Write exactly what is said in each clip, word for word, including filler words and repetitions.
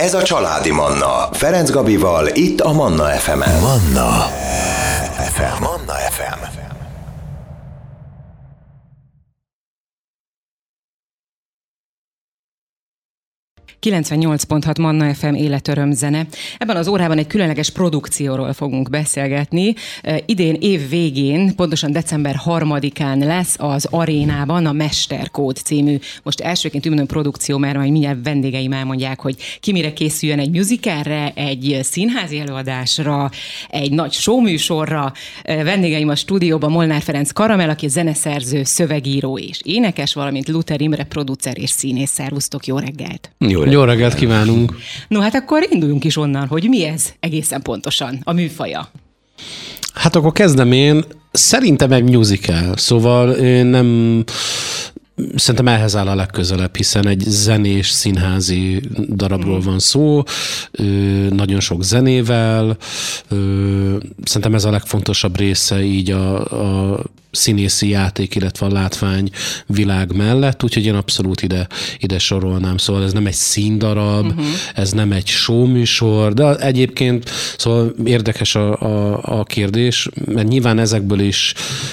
Ez a Családi Manna. Ferenc Gabival, itt a Manna ef emen. Manna ef em. Manna ef em. kilencvennyolc pont hat Manna ef em életöröm zene. Ebben az órában egy különleges produkcióról fogunk beszélgetni. Idén év végén, pontosan december harmadikán lesz az Arénában a Mesterkód című, most elsőként ünnöm produkció, mert majd mindjárt vendégeim elmondják, hogy ki mire készüljön, egy musicalre, egy színházi előadásra, egy nagy showműsorra. Vendégeim a stúdióban Molnár Ferenc Karamell, aki zeneszerző, szövegíró és énekes, valamint Luther Imre producer és színész. Szervusztok, jó reggelt! Jó reggelt. Jó reggelt kívánunk! No, hát akkor induljunk is onnan, hogy mi ez egészen pontosan, a műfaja. Hát akkor kezdem én. Szerintem egy musical, szóval én nem... Szerintem ehhez áll a legközelebb, hiszen egy zenés, színházi darabról van szó, nagyon sok zenével. Szerintem ez a legfontosabb része így a, a színészi játék, illetve a látvány világ mellett, úgyhogy én abszolút ide, ide sorolnám. Szóval ez nem egy színdarab, uh-huh. ez nem egy showműsor, de egyébként szóval érdekes a, a, a kérdés, mert nyilván ezekből is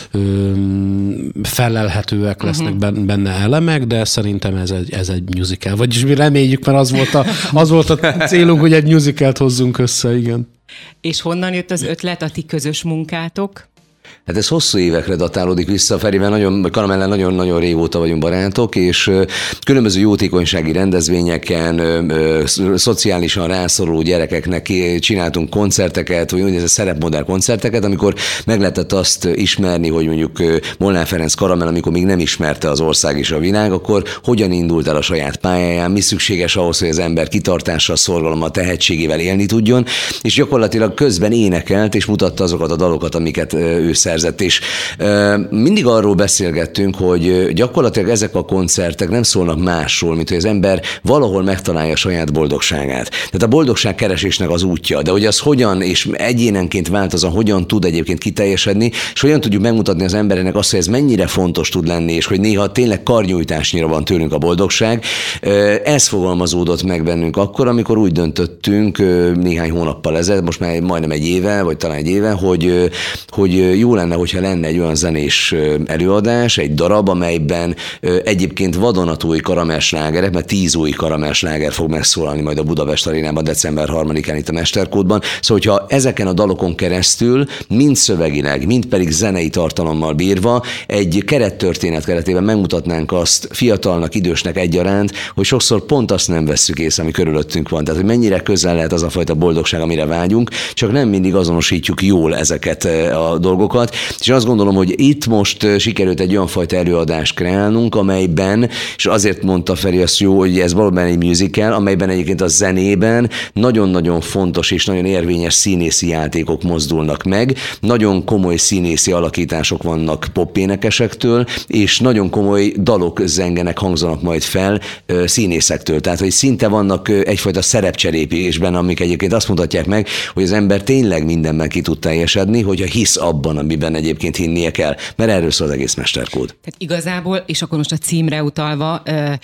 öm, felelhetőek lesznek uh-huh. benne elemek, de szerintem ez egy, ez egy musical. Vagyis mi reméljük, mert az volt a, az volt a célunk, hogy egy musicalt hozzunk össze, igen. És honnan jött az ötlet, a ti közös munkátok? Hát ez hosszú évekre datálódik vissza, Ferivel nagyon, Karamellen nagyon-nagyon régóta vagyunk barátok, és különböző jótékonysági rendezvényeken, ö, ö, szociálisan rászoruló gyerekeknek csináltunk koncerteket, vagy úgynevezett szerepmodell koncerteket, amikor meg lehetett azt ismerni, hogy mondjuk Molnár Ferenc Karamell, amikor még nem ismerte az ország és a világ, akkor hogyan indult el a saját pályáján, mi szükséges ahhoz, hogy az ember kitartással, szorgalommal, tehetségével élni tudjon, és gyakorlatilag közben énekelt, és mutatta azokat a dalokat, amiket ő szerzett, és mindig arról beszélgettünk, hogy gyakorlatilag ezek a koncertek nem szólnak másról, mint hogy az ember valahol megtalálja a saját boldogságát. Tehát a boldogság keresésnek az útja, de hogy az hogyan és egyénenként változóan, hogyan tud egyébként kiteljesedni, és hogyan tudjuk megmutatni az embernek azt, hogy ez mennyire fontos tud lenni, és hogy néha tényleg karnyújtásnyira van tőlünk a boldogság. Ez fogalmazódott meg bennünk akkor, amikor úgy döntöttünk néhány hónappal ezelőtt, most már majdnem egy éve, vagy talán egy éve, hogy, hogy jó lenne, hogyha lenne egy olyan zenés előadás, egy darab, amelyben egyébként vadonatúj karamellslágerek, mert tíz új karamellsláger fog megszólalni majd a Budapest Arénában december harmadikán itt a Mesterkódban. Szóval, hogyha ezeken a dalokon keresztül, mind szövegileg, mind pedig zenei tartalommal bírva, egy kerettörténet keretében megmutatnánk azt fiatalnak, idősnek egyaránt, hogy sokszor pont azt nem vesszük észre, ami körülöttünk van. Tehát, hogy mennyire közel lehet az a fajta boldogság, amire vágyunk, csak nem mindig azonosítjuk jól ezeket a dolgokat. És azt gondolom, hogy itt most sikerült egy olyan fajta előadást kreálnunk, amelyben, és azért mondta Feri azt jó, hogy ez valóban egy musical, amelyben egyébként a zenében nagyon-nagyon fontos és nagyon érvényes színészi játékok mozdulnak meg, nagyon komoly színészi alakítások vannak popénekesektől, és nagyon komoly dalok zengenek, hangzanak majd fel színészektől. Tehát, hogy szinte vannak egyfajta szerepcserépésben, amik egyébként azt mutatják meg, hogy az ember tényleg mindenben ki tud teljesedni, hogyha hisz abban, amiben egyébként hinnie kell, mert erről szól az egész Mesterkód. Tehát igazából, és akkor most a címre utalva,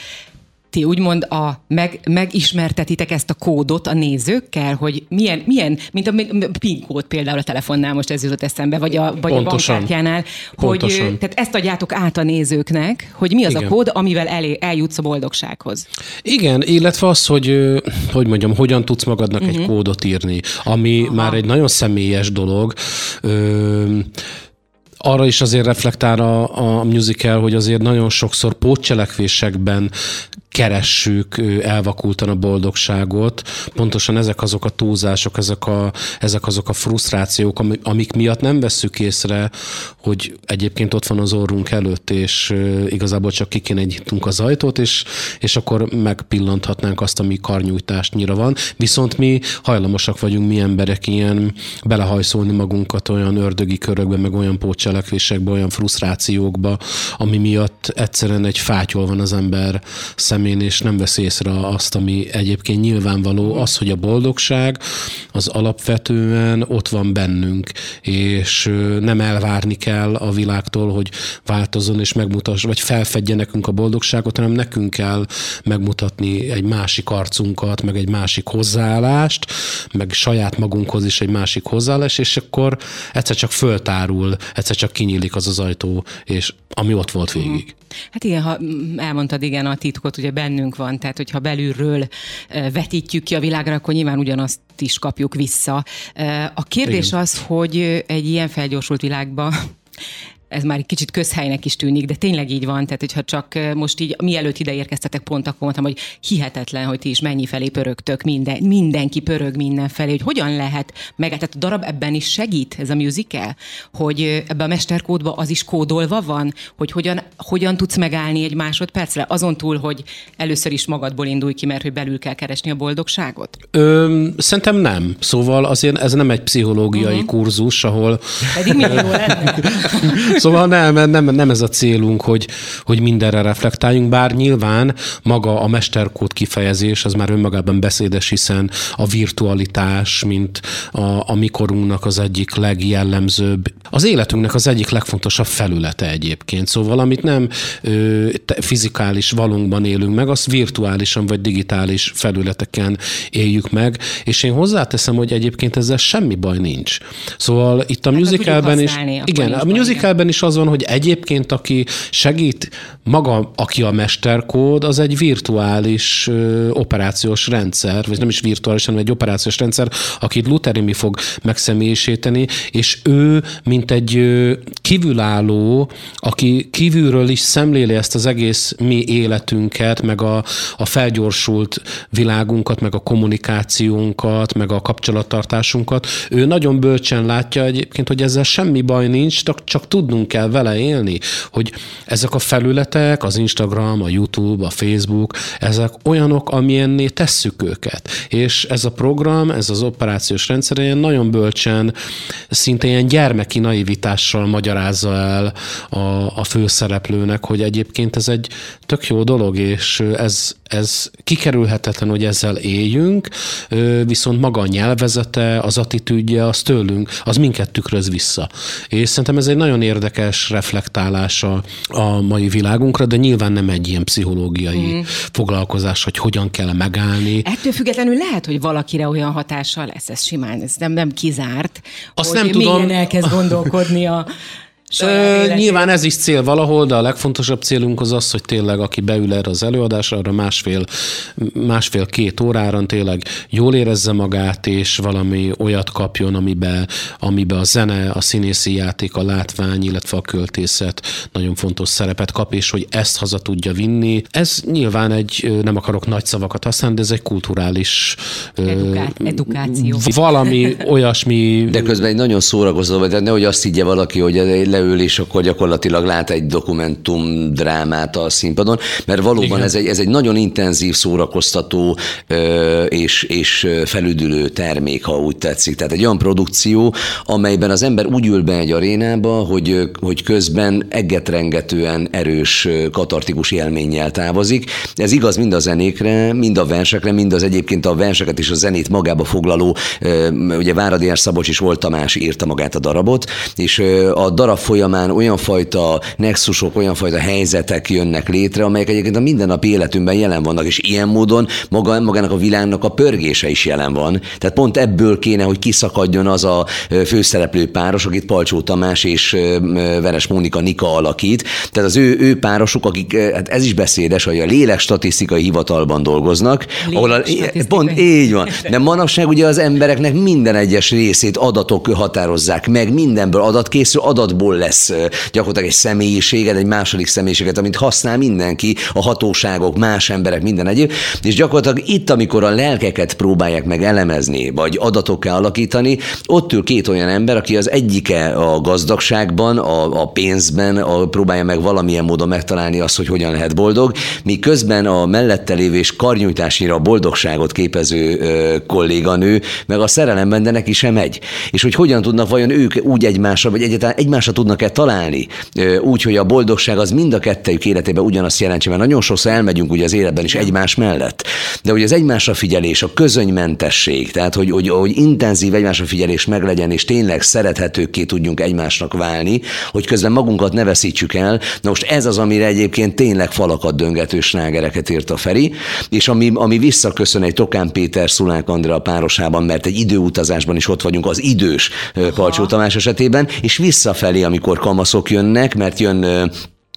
ti úgymond a, meg, megismertetitek ezt a kódot a nézőkkel, hogy milyen, milyen mint a PIN kód például a telefonnál, most ez jutott eszembe, vagy a, vagy a bankkártyánál, hogy tehát ezt adjátok át a nézőknek, hogy mi az Igen. a kód, amivel elé, eljutsz a boldogsághoz. Igen, illetve az, hogy, hogy mondjam, hogyan tudsz magadnak uh-huh. egy kódot írni, ami Aha. már egy nagyon személyes dolog. Ö, Arra is azért reflektál a, a musical, hogy azért nagyon sokszor pótcselekvésekben keressük elvakultan a boldogságot. Pontosan ezek azok a túlzások, ezek, a, ezek azok a frusztrációk, amik miatt nem vesszük észre, hogy egyébként ott van az orrunk előtt, és igazából csak ki kéne nyitunk az ajtót, és, és akkor megpillanthatnánk azt, ami karnyújtásnyira van. Viszont mi hajlamosak vagyunk, mi emberek ilyen belehajszolni magunkat olyan ördögi körökbe, meg olyan pótcselekvésekbe, olyan frusztrációkba, ami miatt egyszerűen egy fátyol van az ember szemében, én, és nem vesz észre azt, ami egyébként nyilvánvaló, az, hogy a boldogság az alapvetően ott van bennünk, és nem elvárni kell a világtól, hogy változzon és megmutass, vagy felfedje nekünk a boldogságot, hanem nekünk kell megmutatni egy másik arcunkat, meg egy másik hozzáállást, meg saját magunkhoz is egy másik hozzáállás, és akkor egyszer csak föltárul, egyszer csak kinyílik az az ajtó, és ami ott volt végig. Hát igen, ha elmondtad, igen, a titkot ugye bennünk van, tehát hogyha belülről vetítjük ki a világra, akkor nyilván ugyanazt is kapjuk vissza. A kérdés igen. az, hogy egy ilyen felgyorsult világban ez már egy kicsit közhelynek is tűnik, de tényleg így van, tehát hogyha csak most így mielőtt ide érkeztetek, pont akkor mondtam, hogy hihetetlen, hogy ti is mennyi felé pörögtök, minden, mindenki pörög mindenfelé, hogy hogyan lehet meg, tehát a darab ebben is segít, ez a musical, hogy ebben a mesterkódban az is kódolva van, hogy hogyan, hogyan tudsz megállni egy másodpercre, azon túl, hogy először is magadból indulj ki, mert hogy belül kell keresni a boldogságot? Ö, szerintem nem. Szóval azért ez nem egy pszichológiai uh-huh. kurzus, ahol... Pedig mi jó lenne? Szóval nem, nem, nem ez a célunk, hogy, hogy mindenre reflektáljunk, bár nyilván maga a mesterkód kifejezés, az már önmagában beszédes, hiszen a virtualitás, mint a, a mikorunknak az egyik legjellemzőbb, az életünknek az egyik legfontosabb felülete egyébként. Szóval amit nem ö, fizikális valónkban élünk meg, azt virtuálisan vagy digitális felületeken éljük meg, és én hozzáteszem, hogy egyébként ezzel semmi baj nincs. Szóval itt a hát, musicalben is, igen, a musicalben is az van, hogy egyébként aki segít, maga, aki a mesterkód, az egy virtuális ö, operációs rendszer, vagy nem is virtuális, hanem egy operációs rendszer, akit Luther Imi fog megszemélyisíteni, és ő, mint egy ö, kívülálló, aki kívülről is szemléli ezt az egész mi életünket, meg a, a felgyorsult világunkat, meg a kommunikációnkat, meg a kapcsolattartásunkat, ő nagyon bölcsen látja egyébként, hogy ezzel semmi baj nincs, csak tudnunk kell vele élni, hogy ezek a felületek, az Instagram, a YouTube, a Facebook, ezek olyanok, amilyenné tesszük őket. És ez a program, ez az operációs rendszer ilyen nagyon bölcsen, szinte ilyen gyermeki naivitással magyarázza el a, a főszereplőnek, hogy egyébként ez egy tök jó dolog, és ez, ez kikerülhetetlen, hogy ezzel éljünk, viszont maga a nyelvezete, az attitűdje, az tőlünk, az minket tükröz vissza. És szerintem ez egy nagyon érdekes reflektálása a mai világunkra, de nyilván nem egy ilyen pszichológiai mm. foglalkozás, hogy hogyan kell megállni. Ettől függetlenül lehet, hogy valakire olyan hatással lesz, ez simán, ez nem, nem kizárt, azt hogy nem tudom. elkezd gondolkodni a Ö, nyilván ez is cél valahol, de a legfontosabb célunk az az, hogy tényleg aki beül erre az előadásra, arra másfél, másfél-két órára tényleg jól érezze magát, és valami olyat kapjon, amiben, amiben a zene, a színészi játék, a látvány, illetve a költészet nagyon fontos szerepet kap, és hogy ezt haza tudja vinni. Ez nyilván egy, nem akarok nagy szavakat használni, de ez egy kulturális Eduká- edukáció. Valami olyasmi. De közben egy nagyon szórakoztató, de nehogy azt higgye valaki, hogy leül, és akkor gyakorlatilag lát egy dokumentum drámát a színpadon, mert valóban ez egy, ez egy nagyon intenzív, szórakoztató és, és felüdülő termék, ha úgy tetszik. Tehát egy olyan produkció, amelyben az ember úgy ül be egy arénába, hogy, hogy közben eggetrengetően erős, katartikus élménnyel távozik. Ez igaz mind a zenékre, mind a versekre, mind az egyébként a verseket és a zenét magába foglaló, ugye Váradi R. Szabolcs és Volt Tamás írta magát a darabot, és a darab folyamán olyan fajta nexusok, olyan fajta helyzetek jönnek létre, amelyek egyébként a mindennapi életünkben jelen vannak, és ilyen módon maga, magának a világnak a pörgése is jelen van. Tehát pont ebből kéne, hogy kiszakadjon az a főszereplő páros, akit Palcsó Tamás és Veres Mónika Nika alakít. Tehát az ő, ő párosuk, akik, hát ez is beszédes, hogy a Lélekstatisztikai Hivatalban dolgoznak, ahol a, pont így van. De manapság ugye az embereknek minden egyes részét adatok határozzák meg, mindenből adat készül, adatból lesz gyakorlatilag egy személyiséged, egy második személyiséget, amit használ mindenki, a hatóságok, más emberek, minden egyéb, és gyakorlatilag itt, amikor a lelkeket próbálják meg elemezni, vagy adatokká alakítani, ott ül két olyan ember, aki az egyike a gazdagságban, a, a pénzben a, próbálja meg valamilyen módon megtalálni azt, hogy hogyan lehet boldog, míg közben a mellette lévő és karnyújtásnyira a boldogságot képező ö, kolléganő, meg a szerelemben, de neki sem megy. És hogy hogyan tudnak vajon ők úgy egymással, vagy egyáltalán egymásra tudnak tudnak-e találni úgy, hogy a boldogság az mind a kettejük életében ugyanazt jelentse, mert nagyon sokszor elmegyünk ugye az életben is egymás mellett. De hogy az egymásra figyelés, a közönymentesség, tehát hogy, hogy, hogy intenzív egymásra figyelés meglegyen, és tényleg szerethetőkké tudjunk egymásnak válni, hogy közben magunkat ne veszítsük el. Na most ez az, amire egyébként tényleg falakat döngető slágereket írt a Feri, és ami, ami visszaköszön egy Tokán Péter, Szulák Andrea párosában, mert egy időutazásban is ott vagyunk az idős Palcsó Tamás esetében, és visszafelé, amikor kamaszok jönnek, mert jön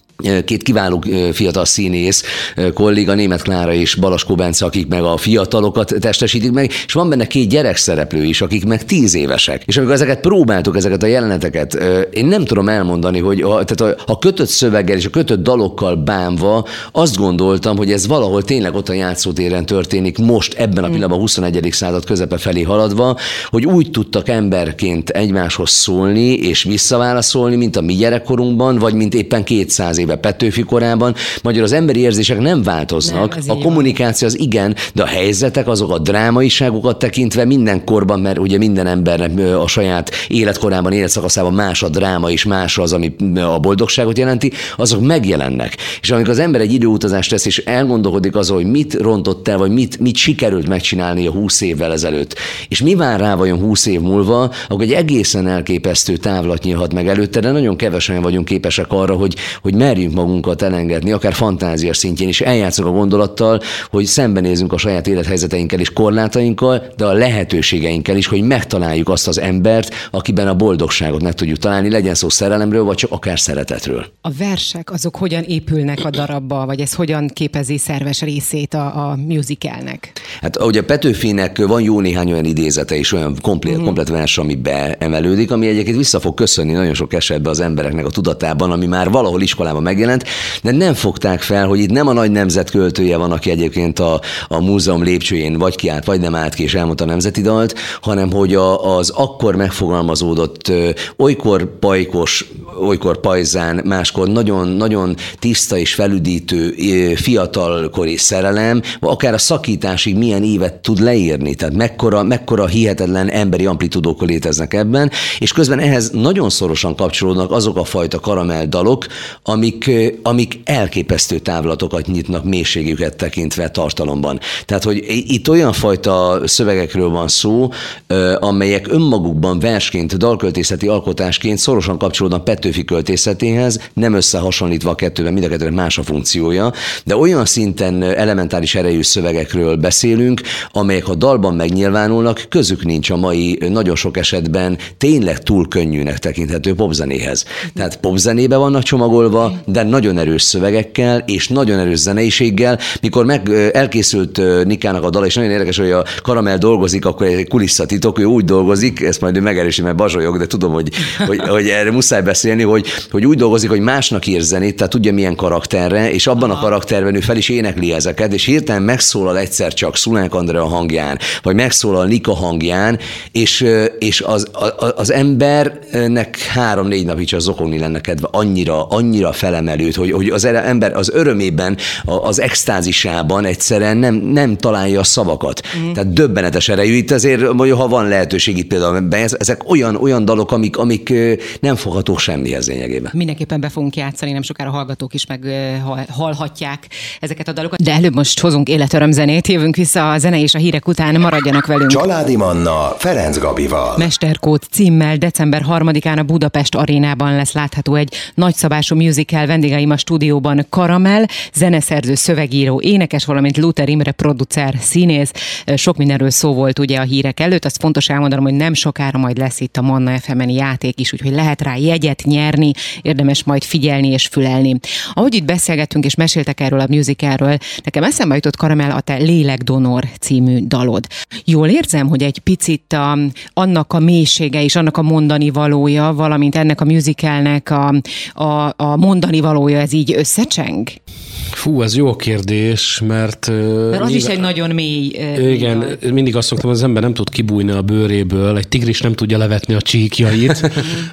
két kiváló fiatal színész kolléga, Németh Klára és Balaskó Bence, akik meg a fiatalokat testesítik meg, és van benne két gyerekszereplő is, akik meg tíz évesek. És amikor ezeket próbáltuk, ezeket a jeleneteket, én nem tudom elmondani, hogy a, tehát a, a kötött szöveggel és a kötött dalokkal bánva azt gondoltam, hogy ez valahol tényleg ott a játszótéren történik most, ebben a pillanatban, a huszonegyedik század közepe felé haladva, hogy úgy tudtak emberként egymáshoz szólni és visszaválaszolni, mint a mi gyerekkorunkban, vagy mint éppen kétszáz éve Petőfi korában. Magyar az emberi érzések nem változnak, nem, a kommunikáció az igen, de a helyzetek azok a drámaiságukat tekintve minden korban, mert ugye minden embernek a saját életkorában, életszakaszában más a dráma és más az, ami a boldogságot jelenti, azok megjelennek. És amikor az ember egy időutazást tesz, és elgondolkodik azon, hogy mit rontott el, vagy mit, mit sikerült megcsinálni a húsz évvel ezelőtt, és mi vár rá vajon húsz év múlva, akkor egy egészen elképesztő távlat nyílhat meg előtte, de nagyon kevesen vagyunk képesek arra, hogy, hogy merjünk magunkat elengedni, akár fantáziás szintjén is eljátszunk a gondolattal, hogy szembenézünk a saját élethelyzeteinkkel és korlátainkkal, de a lehetőségeinkkel is, hogy megtaláljuk azt az embert, akiben a boldogságot meg tudjuk találni, legyen szó szerelemről, vagy csak akár szeretetről. A versek azok hogyan épülnek a darabba, vagy ez hogyan képezi szerves részét a, a musicalnek? Hát ugye a Petőfinek van jó néhány olyan idézete és olyan komplet, mm. komplet vers, ami beemelődik, ami egyébként vissza fog köszönni nagyon sok esetben az embereknek a tudatában, ami már valahol iskolában megjelent, de nem fogták fel, hogy itt nem a nagy nemzet költője van, aki egyébként a, a múzeum lépcsőjén vagy kiállt, vagy nem állt ki, és elmondta a nemzeti dalt, hanem hogy a, az akkor megfogalmazódott ö, olykor pajkos, olykor pajzán, máskor nagyon, nagyon tiszta és felüdítő ö, fiatalkori szerelem, akár a szakításig milyen évet tud leírni, tehát mekkora, mekkora hihetetlen emberi amplitudók léteznek ebben, és közben ehhez nagyon szorosan kapcsolódnak azok a fajta karamell dalok, amik, amik elképesztő távlatokat nyitnak mélységüket tekintve tartalomban. Tehát, hogy itt olyan fajta szövegekről van szó, amelyek önmagukban versként, dalköltészeti alkotásként szorosan kapcsolódnak Petőfi költészetéhez, nem összehasonlítva a kettőben, mind a kettőben más a funkciója, de olyan szinten elementáris erejű szövegekről beszélünk, amelyek a dalban megnyilvánulnak, közük nincs a mai nagyon sok esetben tényleg túl könnyűnek tekinthető popzenéhez. Tehát popzenébe vannak csomagolva, de nagyon erős szövegekkel és nagyon erős zeneiséggel. Mikor meg elkészült Nikának a dala, és nagyon érdekes, hogy a Karamell dolgozik, akkor egy kulisszatitok, ő úgy dolgozik, ezt majd ő megerősíti, mert bazsolyog, de tudom, hogy, hogy, hogy erre muszáj beszélni, hogy, hogy úgy dolgozik, hogy másnak ír zenét, tehát tudja milyen karakterre, és abban a karakterben ő fel is énekli ezeket, és hirtelen megszólal egyszer csak Szulák Andrea hangján, vagy megszólal Nika hangján, és, és az, az embernek három-négy napig csak zokogni lenne kedve, annyira, annyira felemelőd, hogy, hogy az ember az örömében, az extázisában egyszerűen nem, nem találja a szavakat. Mm. Tehát döbbenetes erejű. Itt azért, ha van lehetőség itt például, ezek olyan, olyan dalok, amik, amik nem foghatók semmihez lényegében. Mindenképpen be fogunk játszani, nem sokára hallgatók is meg hallhatják ezeket a dalokat. De előbb most hozunk életörömzenét, jövünk vissza a zene és a hírek után, maradjanak velünk. Családi Manna Ferenc Gabival. Mesterkód címmel december harmadikán a Budapest Arénában lesz látható egy nagyszabású musical, vendégeim a stúdióban Karamell, zeneszerző, szövegíró, énekes, valamint Luther Imre producer, színész. Sok mindenről szó volt ugye a hírek előtt, azt fontos elmondanom, hogy nem sokára majd lesz itt a Manna ef emen játék is, úgyhogy lehet rá jegyet nyerni, érdemes majd figyelni és fülelni. Ahogy itt beszélgettünk és meséltek erről a musicalről, nekem eszembe jutott Karamell a te Lélekdonor című dalod. Jól érzem, hogy egy picit a, annak a mélysége és annak a mondani valója, valamint ennek a musicalnek a, a, a mondani valója, ez így összecseng? Fú, ez jó kérdés, mert... Mert az is egy nagyon mély... Igen, mély mindig azt szoktam, hogy az ember nem tud kibújni a bőréből, egy tigris nem tudja levetni a csíkjait.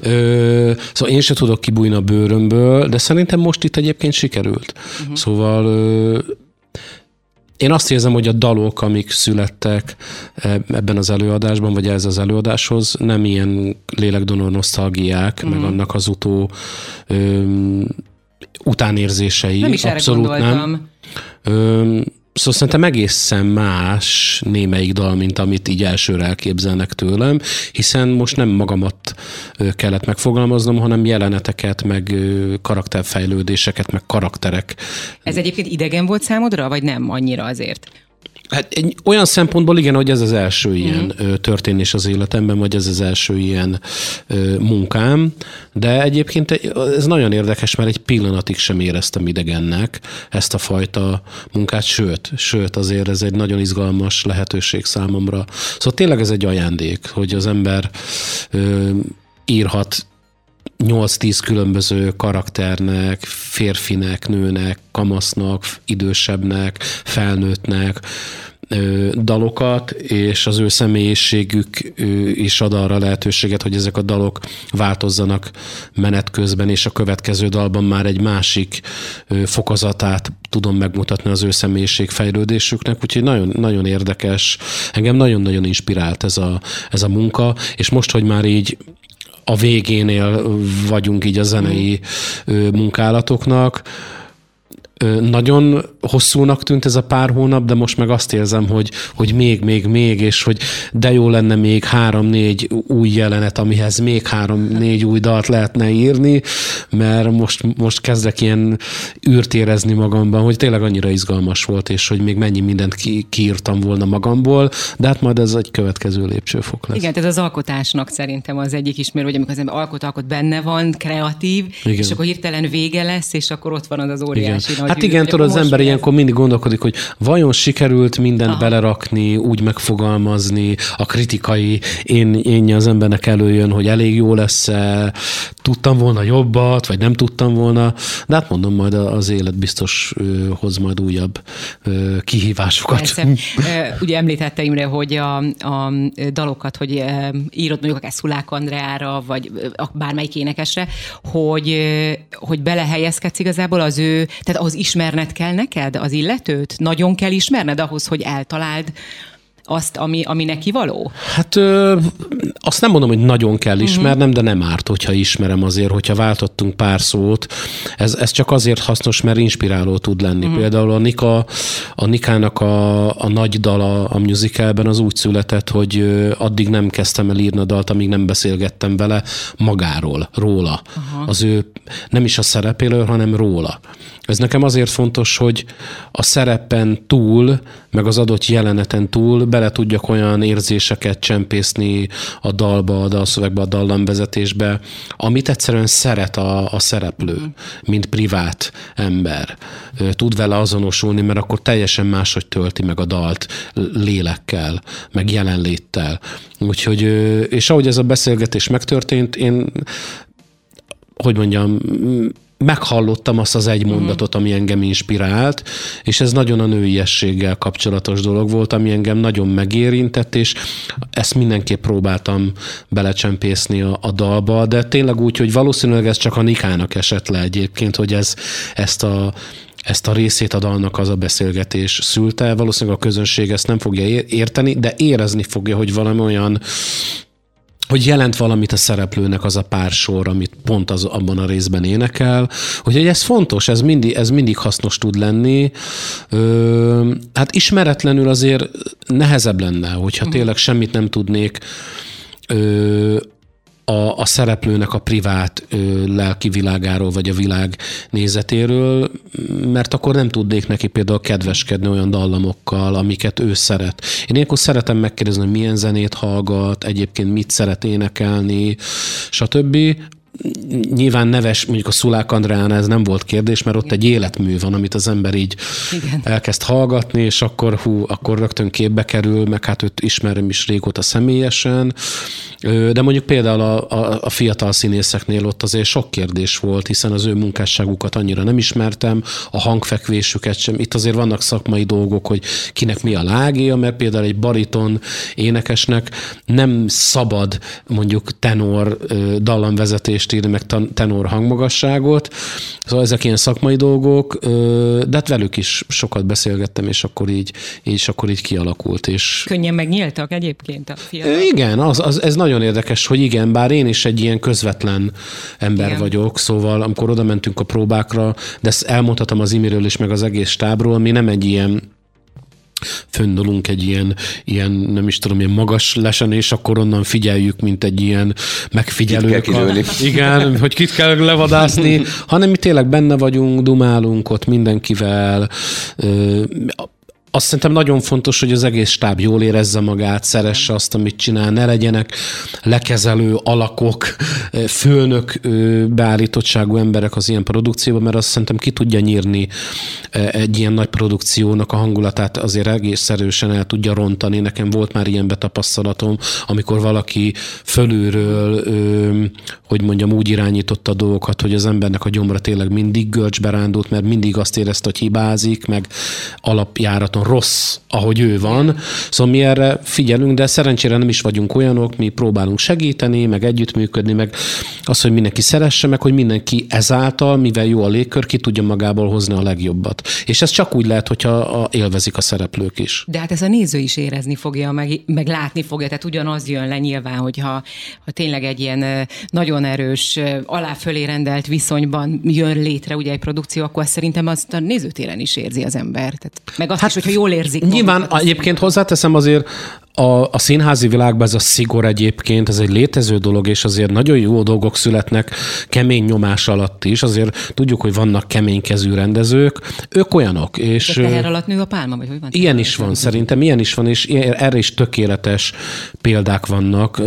ö, szóval én sem tudok kibújni a bőrömből, de szerintem most itt egyébként sikerült. Uh-huh. Szóval... Ö, Én azt érzem, hogy a dalok, amik születtek ebben az előadásban, vagy ez az előadáshoz, nem ilyen lélekdonor nosztalgiák, mm. meg annak az utó öm, utánérzései. Nem is erre abszolút gondoltam. Nem. Öm, Szóval szerintem egészen más némelyik dal, mint amit így elsőre elképzelnek tőlem, hiszen most nem magamat kellett megfogalmaznom, hanem jeleneteket, meg karakterfejlődéseket, meg karakterek. Ez egyébként idegen volt számodra, vagy nem annyira azért? Hát egy, olyan szempontból igen, hogy ez az első ilyen mm. történés az életemben, vagy ez az első ilyen ö, munkám, de egyébként ez nagyon érdekes, mert egy pillanatig sem éreztem idegennek ezt a fajta munkát, sőt, sőt azért ez egy nagyon izgalmas lehetőség számomra. Szóval tényleg ez egy ajándék, hogy az ember ö, írhat nyolc-tíz különböző karakternek, férfinek, nőnek, kamasznak, idősebbnek, felnőttnek ö, dalokat, és az ő személyiségük ö, is ad arra lehetőséget, hogy ezek a dalok változzanak menet közben, és a következő dalban már egy másik ö, fokozatát tudom megmutatni az ő személyiség fejlődésüknek, úgyhogy nagyon, nagyon érdekes, engem nagyon-nagyon inspirált ez a, ez a munka, és most, hogy már így a végénél vagyunk így a zenei munkálatoknak. Nagyon hosszúnak tűnt ez a pár hónap, de most meg azt érzem, hogy, hogy még, még, még, és hogy de jó lenne még három-négy új jelenet, amihez még három-négy új dalt lehetne írni, mert most, most kezdek ilyen űrt érezni magamban, hogy tényleg annyira izgalmas volt, és hogy még mennyi mindent ki, kiírtam volna magamból, de hát majd ez egy következő lépcsőfok lesz. Igen, ez az alkotásnak szerintem az egyik ismerő, hogy amikor az ember alkot-alkot benne van, kreatív, igen. És akkor hirtelen vége lesz, és akkor ott van az az óriási nagy. Hát igen, tudod, az ember ilyenkor mindig gondolkodik, hogy vajon sikerült mindent Aha. belerakni, úgy megfogalmazni, a kritikai én, énje az embernek előjön, hogy elég jó lesz-e, tudtam volna jobbat, vagy nem tudtam volna, de hát mondom, majd az élet biztos hoz majd újabb kihívásokat. Persze. Ugye említette Imre, hogy a, a dalokat, hogy írod mondjuk akár Szulák Andreára, vagy bármelyik énekesre, hogy, hogy belehelyezkedsz igazából az ő, tehát az ismerned kell neked az illetőt? Nagyon kell ismerned ahhoz, hogy eltaláld azt, ami, ami neki való? Hát ö, azt nem mondom, hogy nagyon kell ismernem, uh-huh. de nem árt, hogyha ismerem azért, hogyha váltottunk pár szót. Ez, ez csak azért hasznos, mert inspiráló tud lenni. Uh-huh. Például a Nika, a Nikának a, a nagy dala a musicalben az úgy született, hogy addig nem kezdtem el írni a dalt, amíg nem beszélgettem vele magáról, róla. Uh-huh. Az ő nem is a szerepéről, hanem róla. Ez nekem azért fontos, hogy a szerepen túl, meg az adott jeleneten túl bele tudjak olyan érzéseket csempészni a dalba, a dalszövegbe, a dallamvezetésbe, amit egyszerűen szeret a, a szereplő, mm. mint privát ember. Tud vele azonosulni, mert akkor teljesen máshogy tölti meg a dalt lélekkel, meg jelenléttel. Úgyhogy, és ahogy ez a beszélgetés megtörtént, én, hogy mondjam, meghallottam azt az egy mondatot, ami engem inspirált, és ez nagyon a nőiességgel kapcsolatos dolog volt, ami engem nagyon megérintett, és ezt mindenképp próbáltam belecsempészni a, a dalba, de tényleg úgy, hogy valószínűleg ez csak a Nikának esett le egyébként, hogy ez, ezt a ezt a részét a dalnak az a beszélgetés szülte. Valószínűleg a közönség ezt nem fogja érteni, de érezni fogja, hogy valami olyan, hogy jelent valamit a szereplőnek az a pár sor, amit pont az, abban a részben énekel. Úgyhogy ez fontos, ez mindig, ez mindig hasznos tud lenni. Ö, hát ismeretlenül azért nehezebb lenne, hogyha tényleg semmit nem tudnék ö, a, a szereplőnek a privát ö, lelki világáról, vagy a világ nézetéről, mert akkor nem tudnék neki például kedveskedni olyan dallamokkal, amiket ő szeret. Én ilyenkor szeretem megkérdezni, hogy milyen zenét hallgat, egyébként mit szeret énekelni, stb. Nyilván neves, mondjuk a Szulák Andreánál ez nem volt kérdés, mert ott Igen. egy életmű van, amit az ember így Igen. elkezd hallgatni, és akkor hú, akkor rögtön képbe kerül, meg hát őt ismerem is régóta személyesen. De mondjuk például a, a, a fiatal színészeknél ott azért sok kérdés volt, hiszen az ő munkásságukat annyira nem ismertem, a hangfekvésüket sem. Itt azért vannak szakmai dolgok, hogy kinek mi a lágéja, mert például egy bariton énekesnek nem szabad mondjuk tenor dallamvezetést verszakírást írni, meg tenor hangmagasságot. Szóval ezek ilyen szakmai dolgok, de hát velük is sokat beszélgettem, és akkor így, és akkor így kialakult. És... Könnyen megnyíltak egyébként a fiatalok. Igen, az, az, ez nagyon érdekes, hogy igen, bár én is egy ilyen közvetlen ember igen. vagyok, szóval amikor oda mentünk a próbákra, de ezt elmondhatom az Imiről is, meg az egész stábról, mi nem egy ilyen fönnulunk egy ilyen, ilyen, nem is tudom, ilyen magas lesen, és akkor onnan figyeljük, mint egy ilyen megfigyelők. Igen, hogy kit kell levadászni, hanem mi tényleg benne vagyunk, dumálunk ott mindenkivel. Azt szerintem nagyon fontos, hogy az egész stáb jól érezze magát, szeresse azt, amit csinál, ne legyenek lekezelő alakok, főnök beállítottságú emberek az ilyen produkcióban, mert azt szerintem ki tudja nyírni egy ilyen nagy produkciónak a hangulatát, azért egész erősen el tudja rontani. Nekem volt már ilyen betapasztalatom, amikor valaki fölülről, hogy mondjam, úgy irányította a dolgokat, hogy az embernek a gyomra tényleg mindig görcsbe rándult, mert mindig azt érezte, hogy hibázik, meg alapjáraton rossz, ahogy ő van. Szóval mi erre figyelünk, de szerencsére nem is vagyunk olyanok, mi próbálunk segíteni, meg együttműködni, meg az, hogy mindenki szeresse, meg hogy mindenki ezáltal, mivel jó a légkör, ki tudja magából hozni a legjobbat. És ez csak úgy lehet, hogyha a, élvezik a szereplők is. De hát ez a néző is érezni fogja, meg, meg látni fogja, tehát ugyanaz jön le nyilván, hogyha ha tényleg egy ilyen nagyon erős, alá-fölé rendelt viszonyban jön létre ugye egy produkció, akkor szerintem azt a nézőtéren is érzi az ember. Tehát, meg azt hát, is, hogyha jól érzik. Nyilván egyébként hozzáteszem azért, A, a színházi világban ez a szigor egyébként, ez egy létező dolog, és azért nagyon jó dolgok születnek kemény nyomás alatt is. Azért tudjuk, hogy vannak keménykezű rendezők, ők olyanok. És de teher alatt nő a pálma, vagy hogy van? Ilyen is van, szerintem ilyen is van, és erre is tökéletes példák vannak.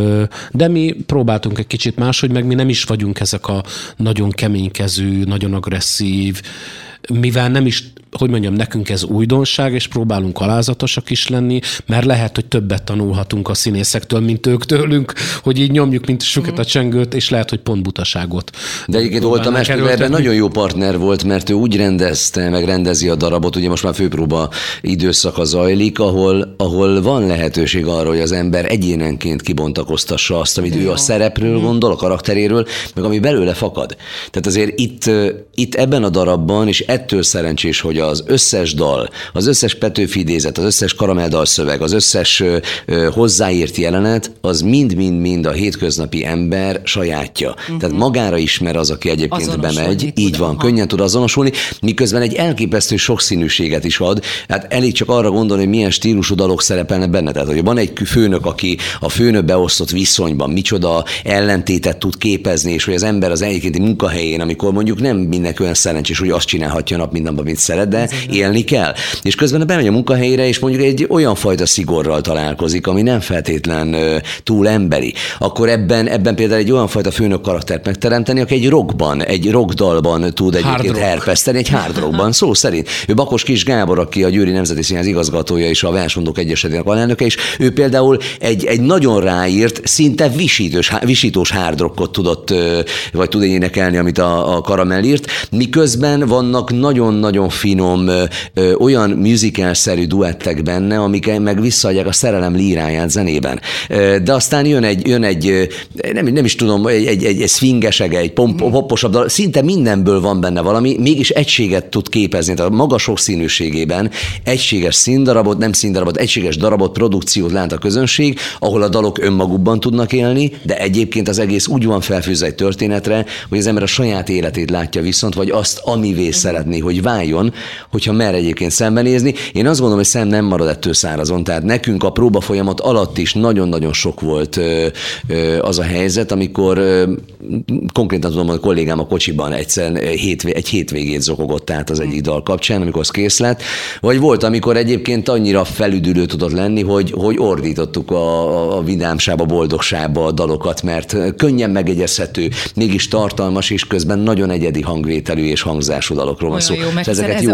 De mi próbáltunk egy kicsit máshogy, meg mi nem is vagyunk ezek a nagyon keménykezű, nagyon agresszív, mivel nem is, hogy mondjam, nekünk ez újdonság, és próbálunk alázatosak is lenni, mert lehet, hogy többet tanulhatunk a színészektől, mint ők tőlünk, hogy így nyomjuk, mint süket a csengőt, és lehet, hogy pont butaságot. De egyébként volt a mester, ebben nagyon jó partner volt, mert ő úgy rendezte, meg rendezi a darabot, ugye most már főpróba időszaka zajlik, ahol, ahol van lehetőség arra, hogy az ember egyénenként kibontakoztassa azt, amit de ő jó. a szerepről gondol, a karakteréről, meg ami belőle fakad. Tehát azért itt, itt ebben a darabban, és ettől szerencsés, hogy az összes dal, az összes Petőfi idézet, az összes Karamell dalszöveg, az összes ö, ö, hozzáírt jelenet, az mind-mind-mind a hétköznapi ember sajátja. Uh-huh. Tehát magára ismer az, aki egyébként azonosulni bemegy, így van, ha. könnyen tud azonosulni, miközben egy elképesztő sokszínűséget is ad. Hát elég csak arra gondolni, hogy milyen stílusú dalok szerepelnek benne. Tehát, hogy van egy főnök, aki a főnök beosztott viszonyban micsoda ellentétet tud képezni, és hogy az ember az egyébkénti munkahelyén, amikor mondjuk nem mindenki olyan szerencsés, hogy azt csinálhatja nap mint nap, amit szeret, de élni kell. És közben bemegy a munkahelyre, és mondjuk egy olyan fajta szigorral találkozik, ami nem feltétlen uh, túl emberi. Akkor ebben, ebben például egy olyan fajta főnök karaktert megteremteni, aki egy rockban, egy rockdalban tud egyébként herpeszteni, egy hard rockban, szó szerint. Ő Bakos Kis Gábor, aki a Győri Nemzeti Színház igazgatója és a Versmondók Egyesetének alelnöke, és ő például egy, egy nagyon ráírt, szinte visítős, visítós hard rockot tudott, vagy tud énekelni, amit a, a Karamell írt, miközben vannak nagyon-nagyon finom, ö, ö, olyan musical-szerű duettek benne, amik meg visszaadják a szerelem líráját zenében. Ö, de aztán jön egy, jön egy nem, nem is tudom, egy, egy, egy, egy swingesege, egy pomp, poposabb dal, szinte mindenből van benne valami, mégis egységet tud képezni. Tehát a maga sokszínűségében egységes színdarabot, nem színdarabot, egységes darabot, produkciót lát a közönség, ahol a dalok önmagukban tudnak élni, de egyébként az egész úgy van felfűzve egy történetre, hogy az ember a saját életét látja viszont, vagy azt, amivé szeretné, hogy váljon, hogyha mer egyébként szembenézni. Én azt gondolom, hogy szem nem marad ettől szárazon. Tehát nekünk a próba folyamat alatt is nagyon-nagyon sok volt ö, ö, az a helyzet, amikor ö, konkrétan tudom, hogy a kollégám a kocsiban egyszer hétvé, egy hétvégét zokogott át az egyik dal kapcsán, amikor az kész lett. Vagy volt, amikor egyébként annyira felüdülő tudott lenni, hogy, hogy ordítottuk a, a vidámsába, boldogságba a dalokat, mert könnyen megegyezhető, mégis tartalmas, és közben nagyon egyedi hangvételű és hangzású dalokról van szó. Jó, mert ezeket jó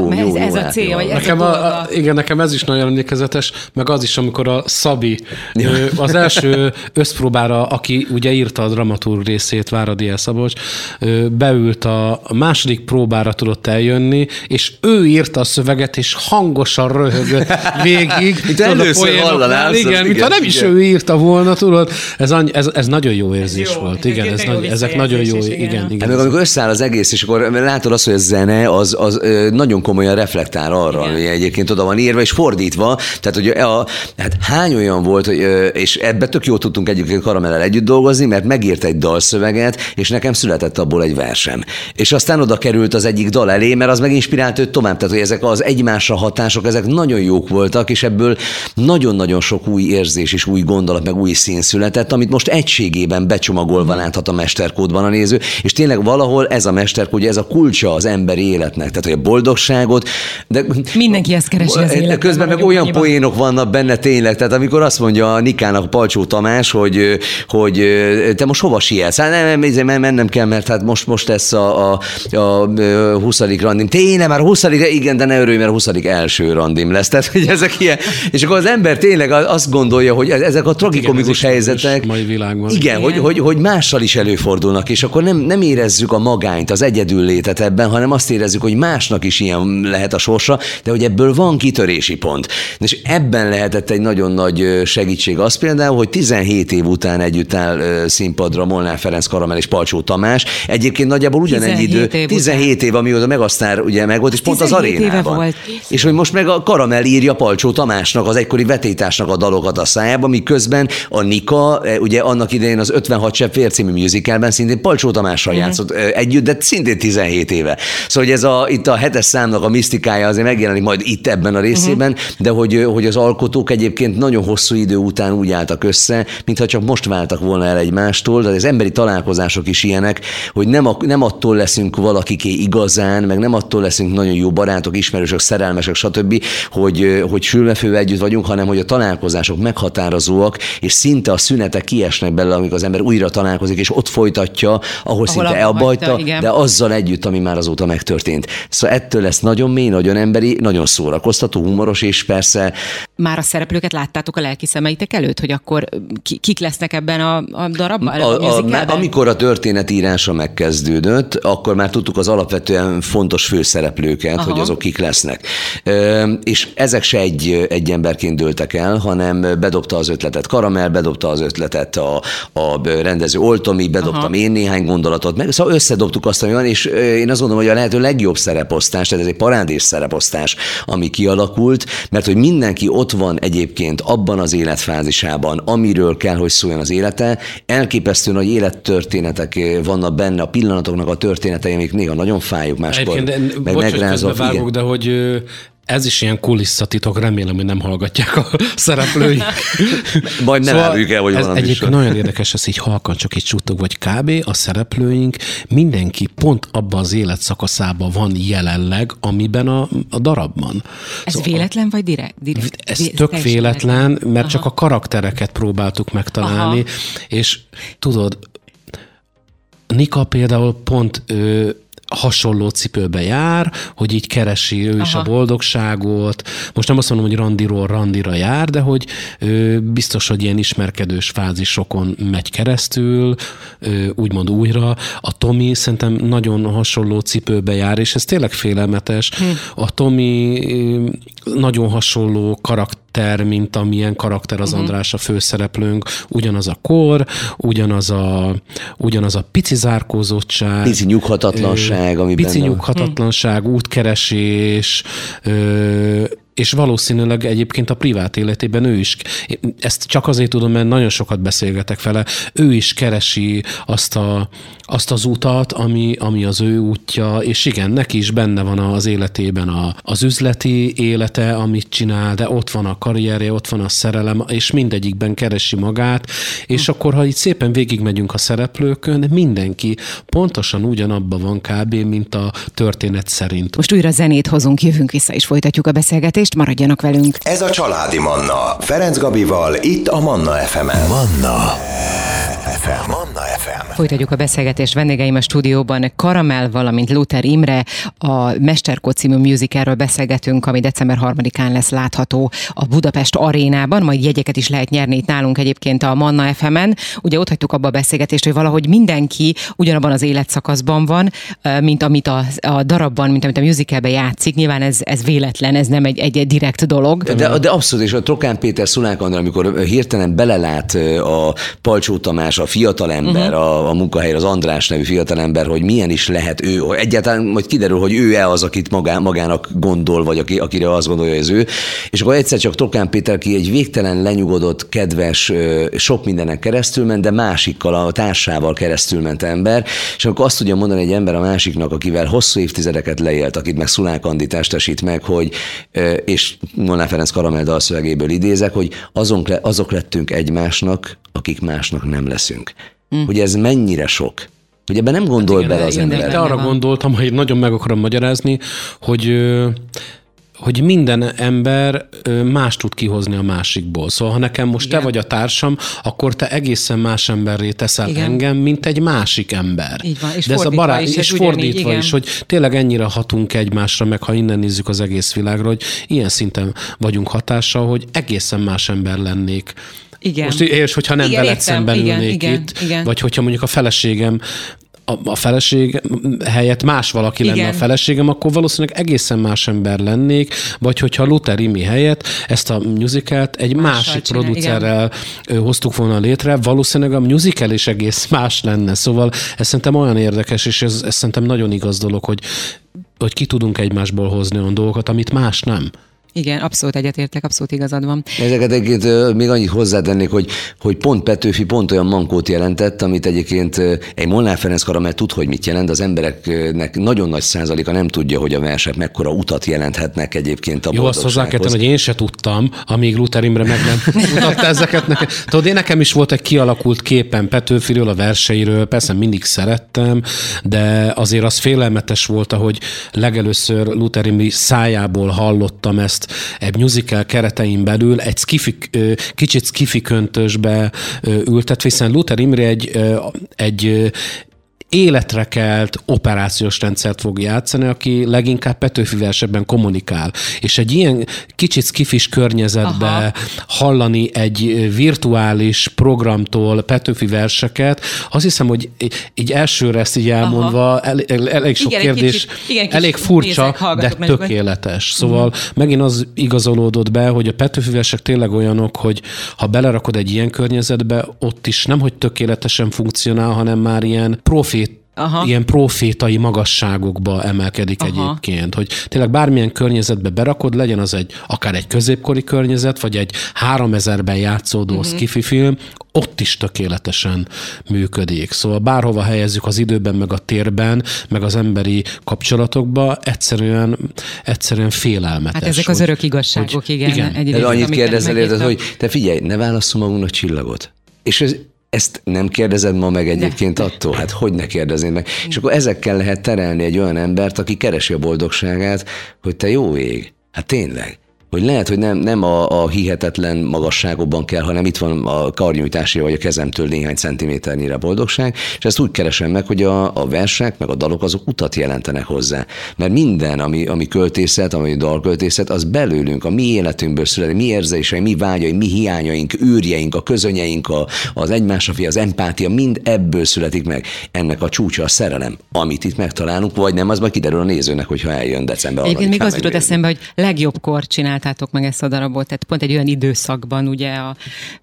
jó, jó, ez jó a cél, vagy ez nekem a, a, a Igen, nekem ez is nagyon emlékezetes, meg az is, amikor a Szabi Ja. az első összpróbára, aki ugye írta a dramaturg részét, Váradi El Szabolcs, beült a második próbára tudott eljönni, és ő írta a szöveget, és hangosan röhögött végig. Itt először hallanál. Igen, igen, mintha nem is ő írta volna, tudod. Ez, ez, ez nagyon jó érzés jó, volt. ez Igen, ez jó nagy, ezek nagyon jó. is, Igen, igen. igen. Meg amikor összeáll az egész, és akkor látod azt, hogy a zene az, az nagyon komolyan reflektál arra, igen. Ami egyébként oda van írva, és fordítva. Tehát, hogy a, hát hány olyan volt, hogy, és ebbe tök jó tudtunk egyébként Karamellel együtt dolgozni, mert megírt egy dalszöveget, és nekem született abból egy versem. És aztán oda került az egyik dal elé, mert az meginspirált őt tovább. Tehát, hogy ezek az egymásra hatások, ezek nagyon jók voltak, és ebből nagyon-nagyon sok új érzés és új gondolat, meg új szín született, amit most egységében becsomagolva láthat a mesterkódban a néző, és tényleg valahol ez a mesterkód, ez a kulcsa az emberi életnek. Tehát, hogy a boldogságot, de mindenki ezt keresi az életben. Közben meg olyan annyiban. Poénok vannak benne tényleg, tehát amikor azt mondja a Nikának Palcsó Tamás, hogy, hogy te most hova sietsz? Hát nem, nem, nem, mennem kell, mert hát most, most lesz a, a, a huszadik randim. Tényleg már a huszadik, igen, de ne örülj, mert a huszadik első randim lesz. Tehát, hogy ezek ilyen, és akkor az ember tényleg azt gondolja, hogy ezek a tragikomikus igen, helyzetek, mai világban. Igen, igen. Hogy, hogy, hogy mással is előfordulnak, és akkor nem, nem érezzük a magányt, az egyedüllétet ebben, hanem azt érezzük, hogy másnak is ilyen lehet a sorsa, de hogy ebből van kitörési pont. És ebben lehetett egy nagyon nagy segítség az például, hogy tizenhét év után együtt áll színpadra Molnár Ferenc Karamell és Palcsó Tamás. Egyébként nagyjából ugyanennyi idő, év tizenhét év, amióta Megasztár ugye meg volt, és pont az arénában. Volt. És hogy most meg a Karamell írja Palcsó Tamásnak, az egykori vetétásnak a dalokat a szájába, miközben a Nika, ugye annak idején az ötvenhat Sebb Fér című musicalben szintén Palcsó Tamással uh-huh. játszott együtt, de szintén tizenhét éve. Szóval hogy ez a, itt a hetes számnak a misztikája azért megjelenik majd itt ebben a részében, uh-huh. de hogy, hogy az alkotók egyébként nagyon hosszú idő után úgy álltak össze, mintha csak most váltak volna el egymástól, de az emberi találkozások is ilyenek, hogy nem, a, nem attól leszünk valakiké igazán, meg nem attól leszünk nagyon jó barátok, ismerősök, szerelmesek, stb., hogy, hogy sülvefővel együtt vagyunk, hanem hogy a találkozások meghatározóak, és szinte a szünetek kiesnek belőle, amikor az ember újra találkozik, és ott folytatja, ahol, ahol szinte elbajta, de azzal együtt, ami már azóta megtörtént. Szóval ettől lesz nagyon mély, nagyon emberi, nagyon szórakoztató, humoros, és persze... Már a szereplőket láttátok a lelki szemeitek előtt, hogy akkor kik lesznek ebben a, a darabban? A, a, a, amikor a történetírása megkezdődött, akkor már tudtuk az alapvetően fontos főszereplőket, aha. hogy azok kik lesznek. És ezek se egy, egy emberként dőltek el, hanem bedobta az ötletet Karamell, bedobta az ötletet a, a rendező Oltomi, bedobtam aha. én néhány gondolatot, meg szóval összedobtuk azt, ami van, és én azt gondolom, hogy a lehető legjobb szereposztás, tehát ez egy parádés szereposztás, ami kialakult, mert hogy mindenki ott van egyébként abban az életfázisában, amiről kell, hogy szóljon az élete. Elképesztő nagy élettörténetek vannak benne, a pillanatoknak a történetei, amik néha nagyon fájuk, máskor meg megrázva. Vágok, de hogy ez is ilyen kulisszatitok, remélem, hogy nem hallgatják a szereplőink. Majd nem szóval áruljuk el, hogy van a egyébként nagyon érdekes, ez így halkan csak egy csuttog, vagy kb. A szereplőink, mindenki pont abban az életszakaszában van jelenleg, amiben a, a darabban. Ez szóval véletlen, vagy direkt? direkt ez direkt, tök véletlen, mert aha. csak a karaktereket próbáltuk megtalálni, aha. és tudod, Nika például pont ő, hasonló cipőbe jár, hogy így keresi ő aha. is a boldogságot. Most nem azt mondom, hogy randiról randira jár, de hogy ö, biztos, hogy ilyen ismerkedős fázisokon megy keresztül, ö, úgymond újra. A Tomi szerintem nagyon hasonló cipőbe jár, és ez tényleg félelmetes. Hm. A Tomi ö, nagyon hasonló karakter, mint amilyen karakter az uh-huh. András a főszereplőnk. Ugyanaz a kor, ugyanaz a, ugyanaz a pici zárkózottság. Pici nyughatatlanság, ami Pici benne nyughatatlanság, útkeresés, ö, és valószínűleg egyébként a privát életében ő is, ezt csak azért tudom, mert nagyon sokat beszélgetek vele, ő is keresi azt, a, azt az utat, ami, ami az ő útja, és igen, neki is benne van az életében a, az üzleti élete, amit csinál, de ott van a karrierje, ott van a szerelem, és mindegyikben keresi magát, és akkor, ha itt szépen végigmegyünk a szereplőkön, mindenki pontosan ugyanabban van kb., mint a történet szerint. Most újra zenét hozunk, jövünk vissza, és folytatjuk a beszélgetést. Maradjanak velünk. Ez a Családi Manna. Ferenc Gabival, itt a Manna ef emen. Manna ef em. Manna ef em. Folytatjuk a beszélgetést. Vendégeim a stúdióban Karamell, valamint Luther Imre. A Mesterkód című musicalről beszélgetünk, ami december harmadikán lesz látható a Budapest Arénában, majd jegyeket is lehet nyerni itt nálunk egyébként a Manna ef emen. Ugye ott hagytuk abba a beszélgetést, hogy valahogy mindenki ugyanabban az életszakaszban van, mint amit a, a darabban, mint amit a musicalben játszik. Nyilván ez, ez véletlen, ez nem egy, egy direkt dolog. De, de abszolút, és a Trokán Péter, Szulák András, amikor hirtelen belelát a Palcsó Tamás, a fiatalember, uh-huh. a, a munkahelyre, az András nevű fiatalember, hogy milyen is lehet ő, hogy egyáltalán majd kiderül, hogy ő-e az, akit magá, magának gondol, vagy aki, akire azt gondolja, hogy ez ő. És akkor egyszer csak Trokán Péter, ki egy végtelen lenyugodott, kedves, sok mindenen keresztül ment, de másikkal, a társával keresztül ment ember, és akkor azt tudja mondani egy ember a másiknak, akivel hosszú évtizedeket leélt, akit meg Szulák Andi testesít meg, hogy, és Molnár Ferenc Karamell dalszövegéből idézek, hogy azon, azok lettünk egymásnak, akik másnak nem leszünk. Mm. Hogy ez mennyire sok. Hogy ebben nem gondol hát igen, bele az ember. De arra gondoltam, hogy nagyon meg akarom magyarázni, hogy hogy minden ember más tud kihozni a másikból. Szóval, ha nekem most igen. te vagy a társam, akkor te egészen más emberré teszel igen. engem, mint egy másik ember. Így van, és de fordítva, ez a barát, is, és fordítva ugyanígy, is, hogy tényleg ennyire hatunk egymásra, meg ha innen nézzük az egész világra, hogy ilyen szinten vagyunk hatással, hogy egészen más ember lennék. Igen. Most, és hogyha nem igen, veled értem, szemben igen, ülnék igen, itt, igen. vagy hogyha mondjuk a feleségem A, a feleség helyett más valaki igen. lenne a feleségem, akkor valószínűleg egészen más ember lennék, vagy hogyha Luther Imi helyett ezt a musicalt egy Mással másik csinál, producerrel igen. hoztuk volna létre, valószínűleg a musical is egész más lenne. Szóval ez szerintem olyan érdekes, és ez, ez szerintem nagyon igaz dolog, hogy, hogy ki tudunk egymásból hozni olyan dolgokat, amit más nem. Igen, abszolút egyetértek, abszolút igazad van. Ezeket egyébként még annyit hozzátennék, hogy, hogy pont Petőfi pont olyan mankót jelentett, amit egyébként egy Molnár Ferenc Karamell tud, hogy mit jelent, az embereknek nagyon nagy százaléka nem tudja, hogy a versek mekkora utat jelenthetnek egyébként a Jó, azt hozzá kell tenni, hogy én se tudtam, amíg Luther Imre meg nem mutatta ezeket nekem. Tudod, én nekem is volt egy kialakult képen Petőfiről, a verseiről, persze mindig szerettem, de azért az félelmetes volt, ahogy legelőször Luther Imre szájából hallottam ezt egy musical keretein belül egy skifi, kicsit skifi köntösbe ültetve, hiszen Luther Imre egy, egy életre kelt operációs rendszert fog játszani, aki leginkább Petőfi versebben kommunikál. És egy ilyen kicsit skifis környezetbe aha. hallani egy virtuális programtól Petőfi verseket, azt hiszem, hogy így elsőre ezt így elmondva elég, elég sok igen, kérdés, kicsit, igen, elég furcsa, nézek, de tökéletes. Szóval uh-huh. megint az igazolódott be, hogy a Petőfi versek tényleg olyanok, hogy ha belerakod egy ilyen környezetbe, ott is nem, hogy tökéletesen funkcionál, hanem már ilyen profi aha. ilyen profétai magasságokba emelkedik aha. egyébként, hogy tényleg bármilyen környezetbe berakod, legyen az egy akár egy középkori környezet, vagy egy háromezerben játszódó uh-huh. skifi film, ott is tökéletesen működik. Szóval bárhova helyezzük az időben, meg a térben, meg az emberi kapcsolatokba, egyszerűen, egyszerűen félelmetes. Hát ezek az hogy, örök igazságok, hogy, igen. igen. Egy de annyit kérdezel érted, hogy te figyelj, ne válasszom magunknak csillagot. És ez Ezt nem kérdezed ma meg egyébként attól? Hát hogy ne kérdeznéd meg? És akkor ezekkel lehet terelni egy olyan embert, aki keresi a boldogságát, hogy te jó ég. Hát tényleg. Hogy lehet, hogy nem, nem a, a hihetetlen magasságokban kell, hanem itt van a karnyújtásra vagy a kezemtől néhány centiméternyire a boldogság, és ezt úgy keresem meg, hogy a, a versek, meg a dalok azok utat jelentenek hozzá. Mert minden, ami, ami költészet, ami dalköltészet, az belőlünk, a mi életünkből születik, mi érzéseink, mi vágyaink, mi hiányaink, űrjeink, a közönyeink, a, az egymásra fi, az empátia, mind ebből születik meg. Ennek a csúcsa a szerelem, amit itt megtalálunk, vagy nem, az majd kiderül a nézőnek, hogyha eljön december. Egyébként még az jutott eszembe, hogy legjobbkor csináltátok meg ezt a darabot, tehát pont egy olyan időszakban, ugye a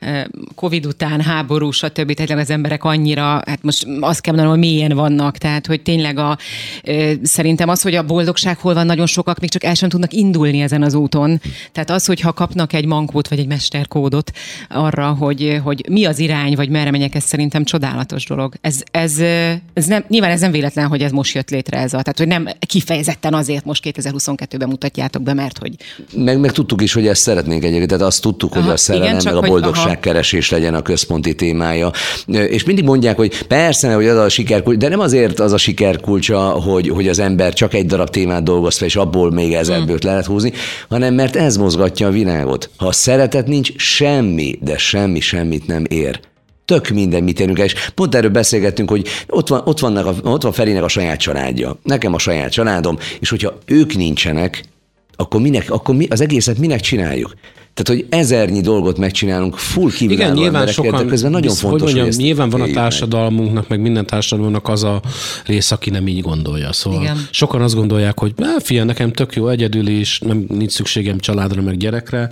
Covid után háború, stb. Tehát az emberek annyira, hát most azt kell mondanom, hogy mélyen vannak, tehát hogy tényleg a, szerintem az, hogy a boldogság hol van, nagyon sokak még csak el sem tudnak indulni ezen az úton. Tehát az, hogyha kapnak egy mankót, vagy egy mesterkódot arra, hogy, hogy mi az irány, vagy merre menjek, ez szerintem csodálatos dolog. Ez, ez, ez nem, nyilván ez nem véletlen, hogy ez most jött létre ez a, tehát hogy nem kifejezetten azért most kétezer-huszonkettőben mutatjátok be, mert hogy... Meg, meg tudtuk is, hogy ezt szeretnénk egyébként, tehát azt tudtuk, aha, hogy a szerelem, igen, meg a boldogságkeresés legyen a központi témája. És mindig mondják, hogy persze, hogy az a sikerkulcs, de nem azért az a sikerkulcsa, hogy, hogy az ember csak egy darab témát dolgoz fel, és abból még ezerből hmm. lehet húzni, hanem mert ez mozgatja a világot. Ha a szeretet nincs, semmi, de semmi semmit nem ér. Tök minden, mit érünk el, és pont erről beszélgettünk, hogy ott van, ott, vannak a, ott van Ferinek a saját családja, nekem a saját családom, és hogyha ők nincsenek, akkor, minek, akkor mi, az egészet minek csináljuk? Tehát, hogy ezernyi dolgot megcsinálunk full kívülálló igen, nyilván sokan, közben nagyon biz, fontos, hogy, mondjam, nyilván van a társadalmunknak, meg minden társadalmunknak az a rész, aki nem így gondolja. Szóval igen. Sokan azt gondolják, hogy fia, nekem tök jó egyedül is, nem nincs szükségem családra, meg gyerekre.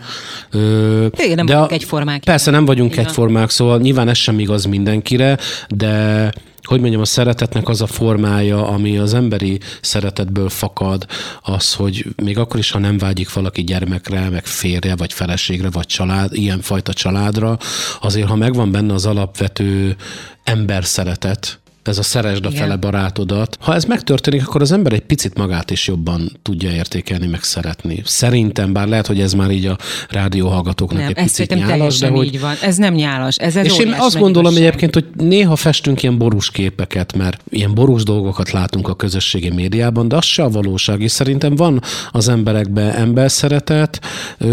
Ö, igen, nem vagyunk egyformák. Persze nem vagyunk igen. egyformák, szóval nyilván ez sem igaz mindenkire, de hogy mondjam, a szeretetnek az a formája, ami az emberi szeretetből fakad, az, hogy még akkor is, ha nem vágyik valaki gyermekre, meg férje, vagy feleségre, vagy család, ilyenfajta családra, azért, ha megvan benne az alapvető emberszeretet, ez a szeresd a fele barátodat. Ha ez megtörténik, akkor az ember egy picit magát is jobban tudja értékelni, meg szeretni. Szerintem, bár lehet, hogy ez már így a rádióhallgatóknak nem, egy picit nyálas, de hogy... így van. Ez nem nyálas. Ez ez és én azt gondolom egyébként, hogy néha festünk ilyen borús képeket, mert ilyen borús dolgokat látunk a közösségi médiában, de az se a valóság, és szerintem van az emberekben emberszeretet,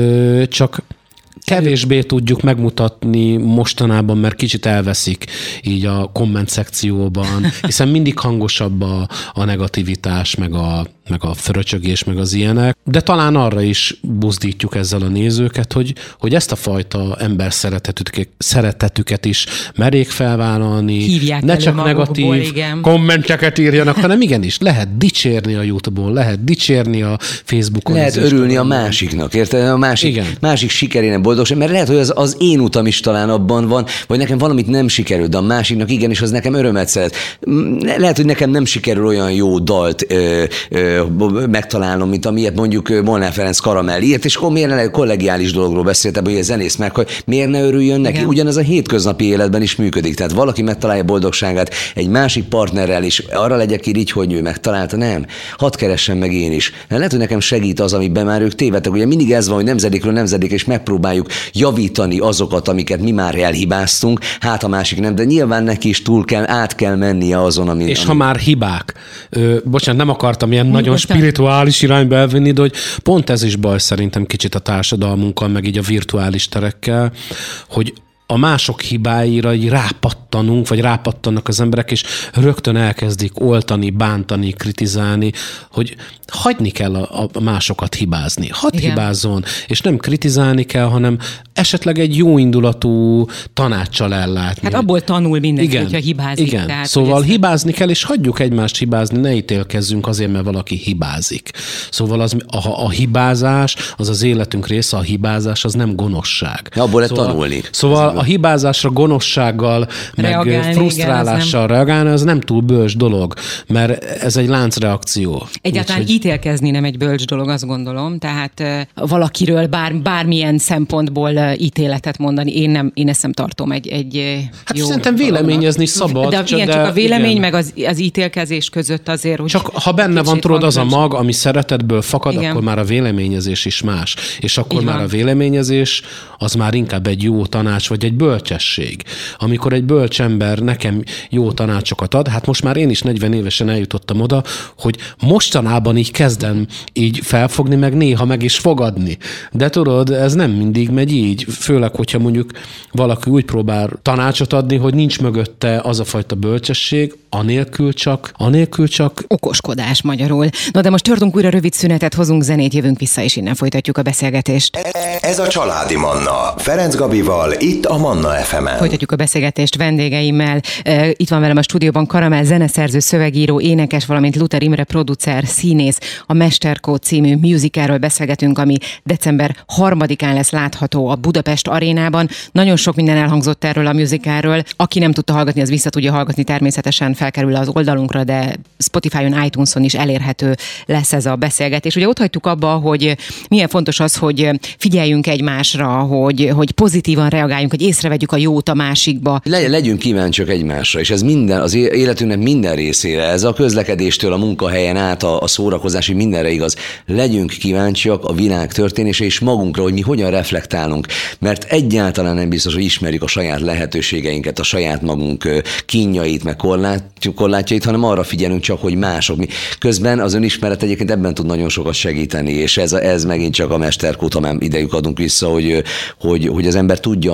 csak kevésbé tudjuk megmutatni mostanában, mert kicsit elveszik így a komment szekcióban, hiszen mindig hangosabb a, a negativitás, meg a, meg a fröcsögés, meg az ilyenek, de talán arra is buzdítjuk ezzel a nézőket, hogy, hogy ezt a fajta ember szeretetüket, szeretetüket is merjék felvállalni, hívják ne csak negatív igen. kommenteket írjanak, hanem igenis, lehet dicsérni a YouTube-on, lehet dicsérni a Facebookon. Lehet örülni a másiknak, érted? A másik, igen. másik sikerének boldogság, mert lehet, hogy az, az én utam is talán abban van, vagy nekem valamit nem sikerült, de a másiknak igenis az nekem örömet szeret. Lehet, hogy nekem nem sikerül olyan jó dalt ö, ö, megtalálnom, mint amilyet mondjuk Molnár Ferenc Karamell írt, és akkor miért ne kollegiális dologról beszéltem, hogy a zenész meg, hogy miért ne örüljön neki? Igen. Ugyanez a hétköznapi életben is működik. Tehát valaki megtalálja boldogságát egy másik partnerrel is, arra legyek irigy, hogy ő megtalálta, nem. Hadd keressen meg én is. Lehet, hogy nekem segít az, amiben már ők tévedtek. Ugye mindig ez van, hogy nemzedékről nemzedék, és megpróbáljuk javítani azokat, amiket mi már elhibáztunk, hát a másik nem, de nyilván neki is túl kell, át kell mennie azon, ami... És ami... ha már hibák, ö, bocsánat, nem akartam ilyen nagyon spirituális irányba elvinni, de hogy pont ez is baj szerintem kicsit a társadalmunkkal, meg így a virtuális terekkel, hogy a mások hibáira így rápattanunk, vagy rápattannak az emberek, és rögtön elkezdik oltani, bántani, kritizálni, hogy hagyni kell a, a másokat hibázni. Hadd igen. hibázzon, és nem kritizálni kell, hanem esetleg egy jó indulatú tanáccsal ellátni. Hát abból tanul mindenki, igen, hogyha hibázik. Igen, tehát, szóval hibázni kell, és hagyjuk egymást hibázni, ne ítélkezzünk azért, mert valaki hibázik. Szóval az, a, a hibázás, az az életünk része, a hibázás, az nem gonoszság. Ja, abból lehet szóval, tanulni. Szóval a hibázásra gonoszsággal, reagálni, meg frusztrálással igen, reagálni, az nem túl bölcs dolog, mert ez egy láncreakció. Egyáltalán úgy, ítélkezni nem egy bölcs dolog, azt gondolom, tehát uh, valakiről bár, bármilyen szempontból uh, ítéletet mondani, én, nem, én ezt nem tartom egy, egy hát jó szerintem véleményezni szabad. De, csak, igen, de, csak a vélemény igen. meg az, az ítélkezés között azért, hogy... Csak ha benne van tudod az a mag, ami szeretetből fakad, igen. akkor már a véleményezés is más. És akkor így már van. A véleményezés az már inkább egy jó tanács, vagy egy bölcsesség. Amikor egy bölcs ember nekem jó tanácsokat ad, hát most már én is negyven évesen eljutottam oda, hogy mostanában így kezdem így felfogni, meg néha meg is fogadni. De tudod, ez nem mindig megy így. Főleg, hogyha mondjuk valaki úgy próbál tanácsot adni, hogy nincs mögötte az a fajta bölcsesség, anélkül csak, anélkül csak... okoskodás magyarul. Na de most tartunk újra rövid szünetet, hozunk zenét, jövünk vissza, és innen folytatjuk a beszélgetést. Ez a Családi Manna. Ferenc Gabival, itt a Manna ef emen. Folytatjuk a beszélgetést vendégeimmel. Itt van velem a stúdióban Karamell zeneszerző, szövegíró, énekes, valamint Luther Imre producer, színész. A Mesterkód című musicalről beszélgetünk, ami december harmadikán lesz látható a Budapest Arénában. Nagyon sok minden elhangzott erről a musicalről. Aki nem tudta hallgatni, az vissza tudja hallgatni, természetesen felkerül az oldalunkra, de Spotify-on, iTunes-on is elérhető lesz ez a beszélgetés. Ugye ott hagytuk abba, hogy milyen fontos az, hogy figyeljünk egymásra, hogy, hogy pozitívan reagáljunk, hogy észrevegyük a jót a másikba. Le, legyünk kíváncsiak egymásra, és ez minden, az életünknek minden részére, ez a közlekedéstől a munkahelyen át a, a szórakozásig mindenre igaz. Legyünk kíváncsiak a világ történése és magunkra, hogy mi hogyan reflektálunk, mert egyáltalán nem biztos, hogy ismerjük a saját lehetőségeinket, a saját magunk kínjait, meg korlát, korlátjait, hanem arra figyelünk csak, hogy mások. Mi. Közben az önismeret egyébként ebben tud nagyon sokat segíteni, és ez, ez megint csak a Mesterkód, ha már idejük adunk vissza, hogy, hogy, hogy az ember tudja azt, hogy maga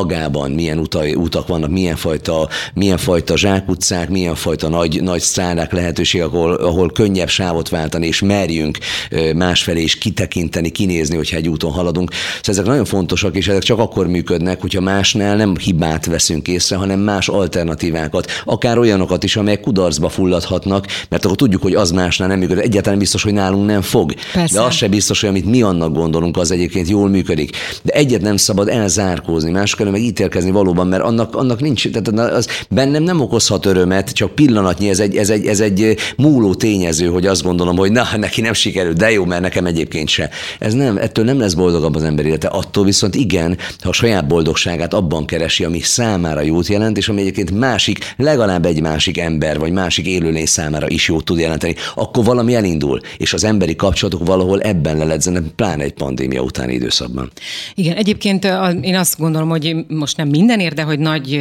magában milyen utai, utak vannak, milyen fajta, milyen fajta zsákutcák, milyen fajta nagy, nagy strádák lehetőségek, ahol, ahol könnyebb sávot váltani, és merjünk másfelé is kitekinteni, kinézni, hogyha egy úton haladunk. Szóval ezek nagyon fontosak, és ezek csak akkor működnek, hogyha másnál nem hibát veszünk észre, hanem más alternatívákat, akár olyanokat is, amelyek kudarcba fulladhatnak, mert akkor tudjuk, hogy az másnál nem működik. Egyáltalán biztos, hogy nálunk nem fog. Persze. De az sem biztos, hogy amit mi annak gondolunk, az egyébként jól működik. De egyet nem szabad elzárkózni, másokkal meg ítélkezni valóban, mert annak, annak nincs, tehát az bennem nem okozhat örömet, csak pillanatnyi, ez egy, ez egy, ez egy múló tényező, hogy azt gondolom, hogy na, neki nem sikerült, de jó, mert nekem egyébként se. Ez nem, ettől nem lesz boldogabb az ember élete, attól viszont igen, ha a saját boldogságát abban keresi, ami számára jót jelent, és ami egyébként másik, legalább egy másik ember, vagy másik élőlény számára is jót tud jelenteni, akkor valami elindul, és az emberi kapcsolatok valahol ebben leledzenek, pláne egy pandémia utáni időszakban. Igen, egyébként én azt gondolom, hogy most nem mindenért, de hogy nagy,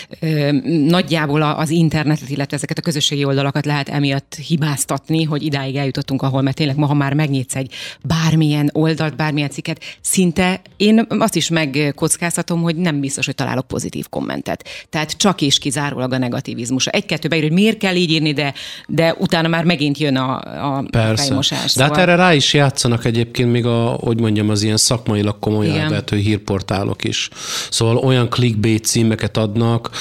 nagyjából az internetet, illetve ezeket a közösségi oldalakat lehet emiatt hibáztatni, hogy idáig eljutottunk, ahol, mert tényleg ma, ha már megnyitsz egy bármilyen oldalt, bármilyen cikket, szinte én azt is megkockáztatom, hogy nem biztos, hogy találok pozitív kommentet. Tehát csak és kizárólag a negativizmus. Egy-kettő beír, hogy miért kell így írni, de, de utána már megint jön a, a fejmosás. De hát erre rá is játszanak egyébként még a, hogy mondjam, az ilyen szakmailag komoly elvető hírportálok is. Szóval olyan clickbait címeket adnak,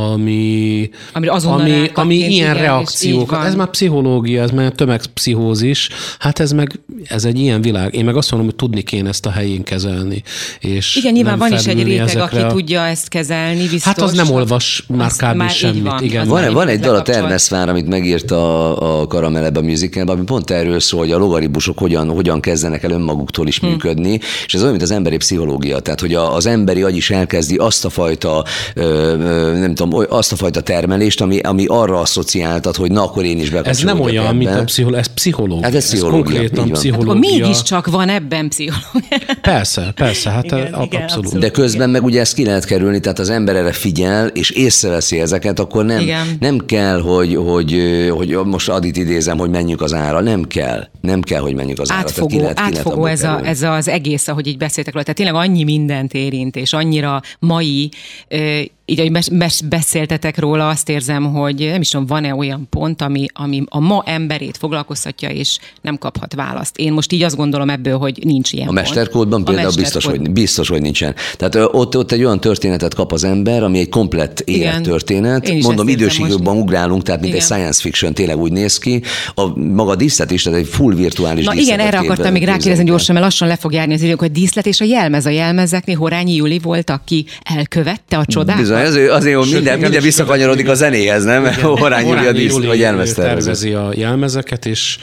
ami, ami, ami ilyen reakciókat. Ez már pszichológia, ez már tömegpszichózis. Hát ez meg, ez egy ilyen világ. Én meg azt mondom, hogy tudni kéne ezt a helyén kezelni. És igen, nyilván van is egy réteg, aki a... tudja ezt kezelni, biztos. Hát az nem olvas már kb. Már semmit. Van, igen. Van, van egy dal, a Termeszvár, amit megírt a, a Karamellebe a musicalben, ami pont erről szól, hogy a logaribusok hogyan, hogyan kezdenek el önmaguktól is hmm. működni, és ez olyan, mint az emberi pszichológia. Tehát, hogy a, az emberi agy is elkezdi azt a fajta, ö, nem tudom, azt a fajta termelést, ami, ami arra asszociáltat, hogy na, akkor én is bekapcsolódjak. Ez nem olyan, ebben. mint a pszichológia, ez pszichológia. Hát ez pszichológia. Ez konkrétan pszichológia. Hát, mégiscsak van ebben pszichológia. Persze, persze, hát igen, a, igen, abszolút. abszolút. De közben meg ugye ezt ki lehet kerülni, tehát az ember erre figyel, és észreveszi ezeket, akkor nem, nem kell, hogy, hogy, hogy most Adit idézem, hogy menjünk az ára. Nem kell. Nem kell, hogy menjünk az ára. Átfogó, ki lehet, átfogó ez, a, ez az egész, ahogy így beszéltek róla. Tehát tényleg annyi mindent érint, és annyira mai, így, ahogy beszéltetek róla, azt érzem, hogy nem is tudom, van-e olyan pont, ami, ami a ma emberét foglalkoztatja, és nem kaphat választ. Én most így azt gondolom ebből, hogy nincs ilyen A pont. mesterkódban például mesterkód. biztos, hogy, biztos, hogy nincsen. Tehát ott, ott egy olyan történetet kap az ember, ami egy komplett élettörténet. Mondom, időségükben ugrálunk, tehát mint igen. egy science fiction, tényleg úgy néz ki. A maga díszlet is, tehát egy full virtuális Na díszlet. igen, erre akartam még rákérdezni gyorsan, mert lassan le fog járni az időnk, hogy díszlet és a jelmez. A jelmezeknél Horányi Juli volt, aki elkövette a csodát. Bizony, azért, azért Sőt, minden, minden visszakanyarodik a zenéhez, nem? Horányi Juli a díszlet, a jelmez tervezi a jelmezeket, és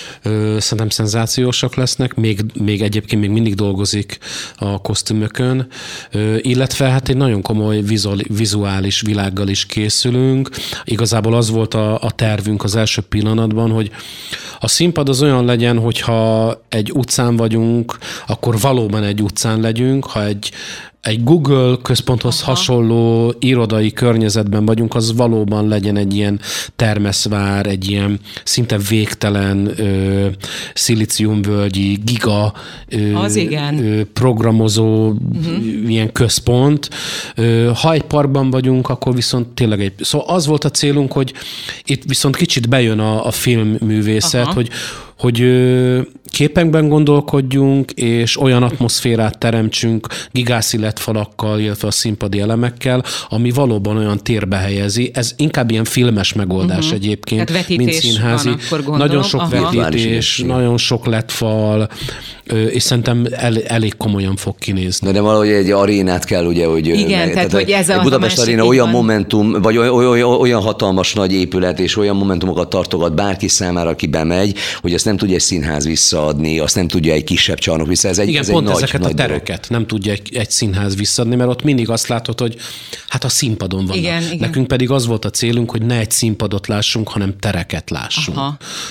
ö, szerintem szenzációsak lesznek, még, még egyébként még mindig dolgozik a kosztümökön, ö, illetve hát egy nagyon komoly vizuali, vizuális világgal is készülünk. Igazából az volt a, a tervünk az első pillanatban, hogy a színpad az olyan legyen, hogyha egy utcán vagyunk, akkor valóban egy utcán legyünk, ha egy egy Google központhoz Aha. hasonló irodai környezetben vagyunk, az valóban legyen egy ilyen Termeszvár, egy ilyen szinte végtelen ö, szilíciumvölgyi giga ö, az igen. Ö, programozó uh-huh. ilyen központ. Ö, ha egy parkban vagyunk, akkor viszont tényleg egy... Szóval az volt a célunk, hogy itt viszont kicsit bejön a, a filmművészet, Aha. hogy hogy képekben gondolkodjunk, és olyan atmoszférát teremtsünk gigászilet falakkal, illetve a színpadi elemekkel, ami valóban olyan térbe helyezi. Ez inkább ilyen filmes megoldás uh-huh. egyébként, mint színházi. Van, nagyon sok Aha. vetítés, nagyon sok letfal, és szerintem el, elég komolyan fog kinézni. De, de valahogy egy arénát kell, ugye, hogy... Igen, meg, tehát, hogy ez a Budapest Aréna olyan van. momentum, vagy olyan, olyan, olyan hatalmas nagy épület, és olyan momentumokat tartogat bárki számára, aki bemegy, hogy ezt nem tudja egy színház visszaadni, azt nem tudja egy kisebb csarnok vissza. Ez egy, igen, ez pont egy ezeket nagy, a tereket nagy nem tudja egy, egy színház visszaadni, mert ott mindig azt látod, hogy hát a színpadon vannak. Igen, igen. Nekünk pedig az volt a célunk, hogy ne egy színpadot lássunk, hanem tereket lássunk. Aha.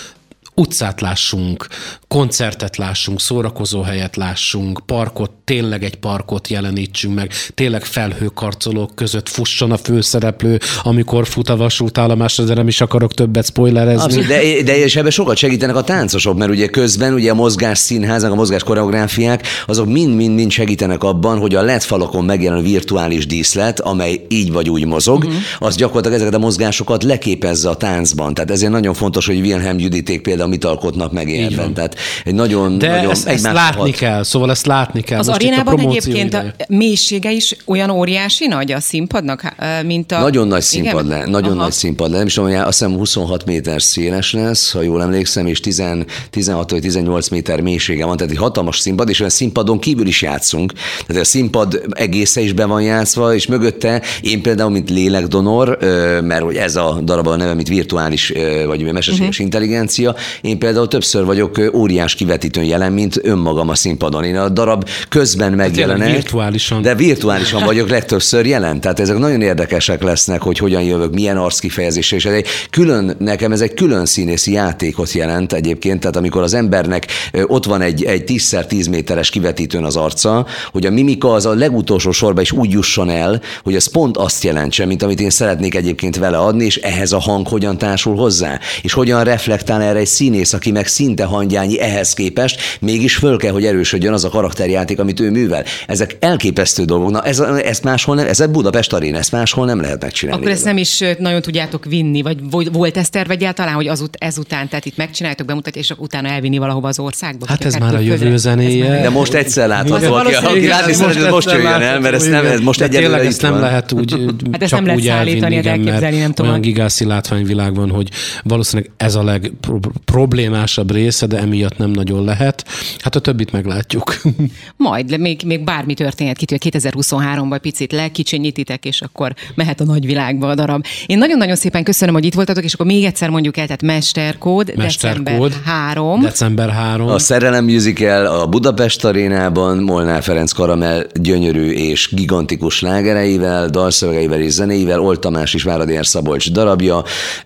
utcát lássunk, koncertet lássunk, szórakozó helyet lássunk, parkot, tényleg egy parkot jelenítsünk meg, tényleg felhőkarcolók között fusson a főszereplő, amikor fut a vasútállomásra, de nem is akarok többet spoilerezni. Abszolút, de, de és ebben sokat segítenek a táncosok, mert ugye közben ugye a mozgás színházak, a mozgás koreográfiák, azok mind-mind-mind segítenek abban, hogy a led falakon megjelenő virtuális díszlet, amely így vagy úgy mozog, uh-huh. az gyakorlatilag ezeket a mozgásokat leképezze a táncban. Tehát ezért nagyon fontos, hogy Wilhelm Juditék például mit alkotnak meg ilyenben. Tehát egy nagyon, de nagyon ezt, ezt látni hat. kell, szóval ezt látni kell. Az most arénában a egyébként a mélysége is olyan óriási nagy a színpadnak, mint a... Nagyon nagy színpad le, nagyon Aha. nagy színpad le. Nem is tudom, azt hiszem huszonhat méter széles lesz, ha jól emlékszem, és tizenhat vagy tizennyolc méter mélysége van, tehát egy hatalmas színpad, és olyan színpadon kívül is játszunk. Tehát a színpad egésze is be van játszva, és mögötte én például, mint lélekdonor, mert hogy ez a darab a neve, mint virtuális vagy mesterséges uh-huh. intelligencia, én például többször vagyok óriás kivetítőn jelen, mint önmagam a színpadon. Én a darab közben megjelenek, virtuálisan. de virtuálisan vagyok legtöbbször jelen. Tehát ezek nagyon érdekesek lesznek, hogy hogyan jövök, milyen arckifejezésre, és ez egy külön, nekem ez egy külön színészi játékot jelent egyébként, tehát amikor az embernek ott van egy, egy tízszer tíz méteres kivetítőn az arca, hogy a mimika az a legutolsó sorba is úgy jusson el, hogy ez pont azt jelentse, mint amit én szeretnék egyébként vele adni, és ehhez a hang hogyan társul hozzá, és hogyan reflektál erre egy színész, aki meg szinte hangyányi ehhez képest, mégis föl kell, hogy erősödjön az a karakterjáték, amit ő művel. Ezek elképesztő dolgok. Na, ez, ezt máshol nem, ez a Budapest Aréna, ezt máshol nem lehet megcsinálni. Akkor ezt nem is nagyon tudjátok vinni, vagy volt ez terve egyáltalán, hogy azut, ezután, tehát itt megcsináljátok, bemutatjátok, és utána elvinni valahova az országba? Hát ez már a jövő zenéje. De most egyszer látható, aki látni szeretne, most jöjjön el, mert ez nem, ez most egyelőre ezt nem lehet úgy, hát csak nem úgy elvinni, igen, mert olyan gigászi látványvilág van, hogy valószínűleg ez a legproblémásabb része, de emiatt nem nagyon lehet. Hát a többit meglátjuk. Majd, még, még bármi történhet ki, hogy kétezer-huszonháromban picit lekicsinyítitek, és akkor mehet a nagyvilágba a darab. Én nagyon-nagyon szépen köszönöm, hogy itt voltatok, és akkor még egyszer mondjuk el, tehát Mesterkód, Mesterkód december harmadika. december harmadika. A Szerelem Musical a Budapest Arénában, Molnár Ferenc Karamell gyönyörű és gigantikus slágereivel, dalszövegeivel és zenéivel, Old Tamás is Váradi R. Szabolcs darabja,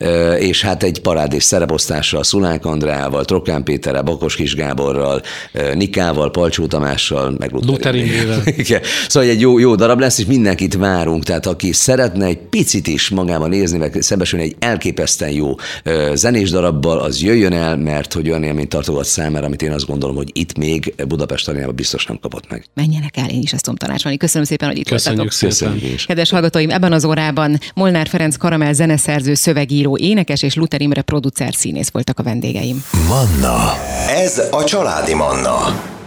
és hát egy parádés szereposztással Szulák Andreával, Trokán Péterrel, Bakos Kis Gáborral, Nikával, Palcsó Tamással, meg Luther Imrével. Szóval egy jó, jó darab lesz, és mindenkit várunk, tehát aki szeretne egy picit is magában nézni, meg szembesülni egy elképesztően jó zenés darabbal, az jöjjön el, mert hogy olyan élményt tartogat számára, amit én azt gondolom, hogy itt még Budapest Arénában biztos nem kapott meg. Menjenek el, én is ezt tudom tanácsolni. Köszönöm szépen, hogy itt Köszönjük voltatok. Szépen. Kedves hallgatóim, ebben az órában Molnár Ferenc Karamell zeneszerző, szövegíró, énekes és Luther Imre producer, színész voltak a vendégeim. Manna. Ez a családi Manna.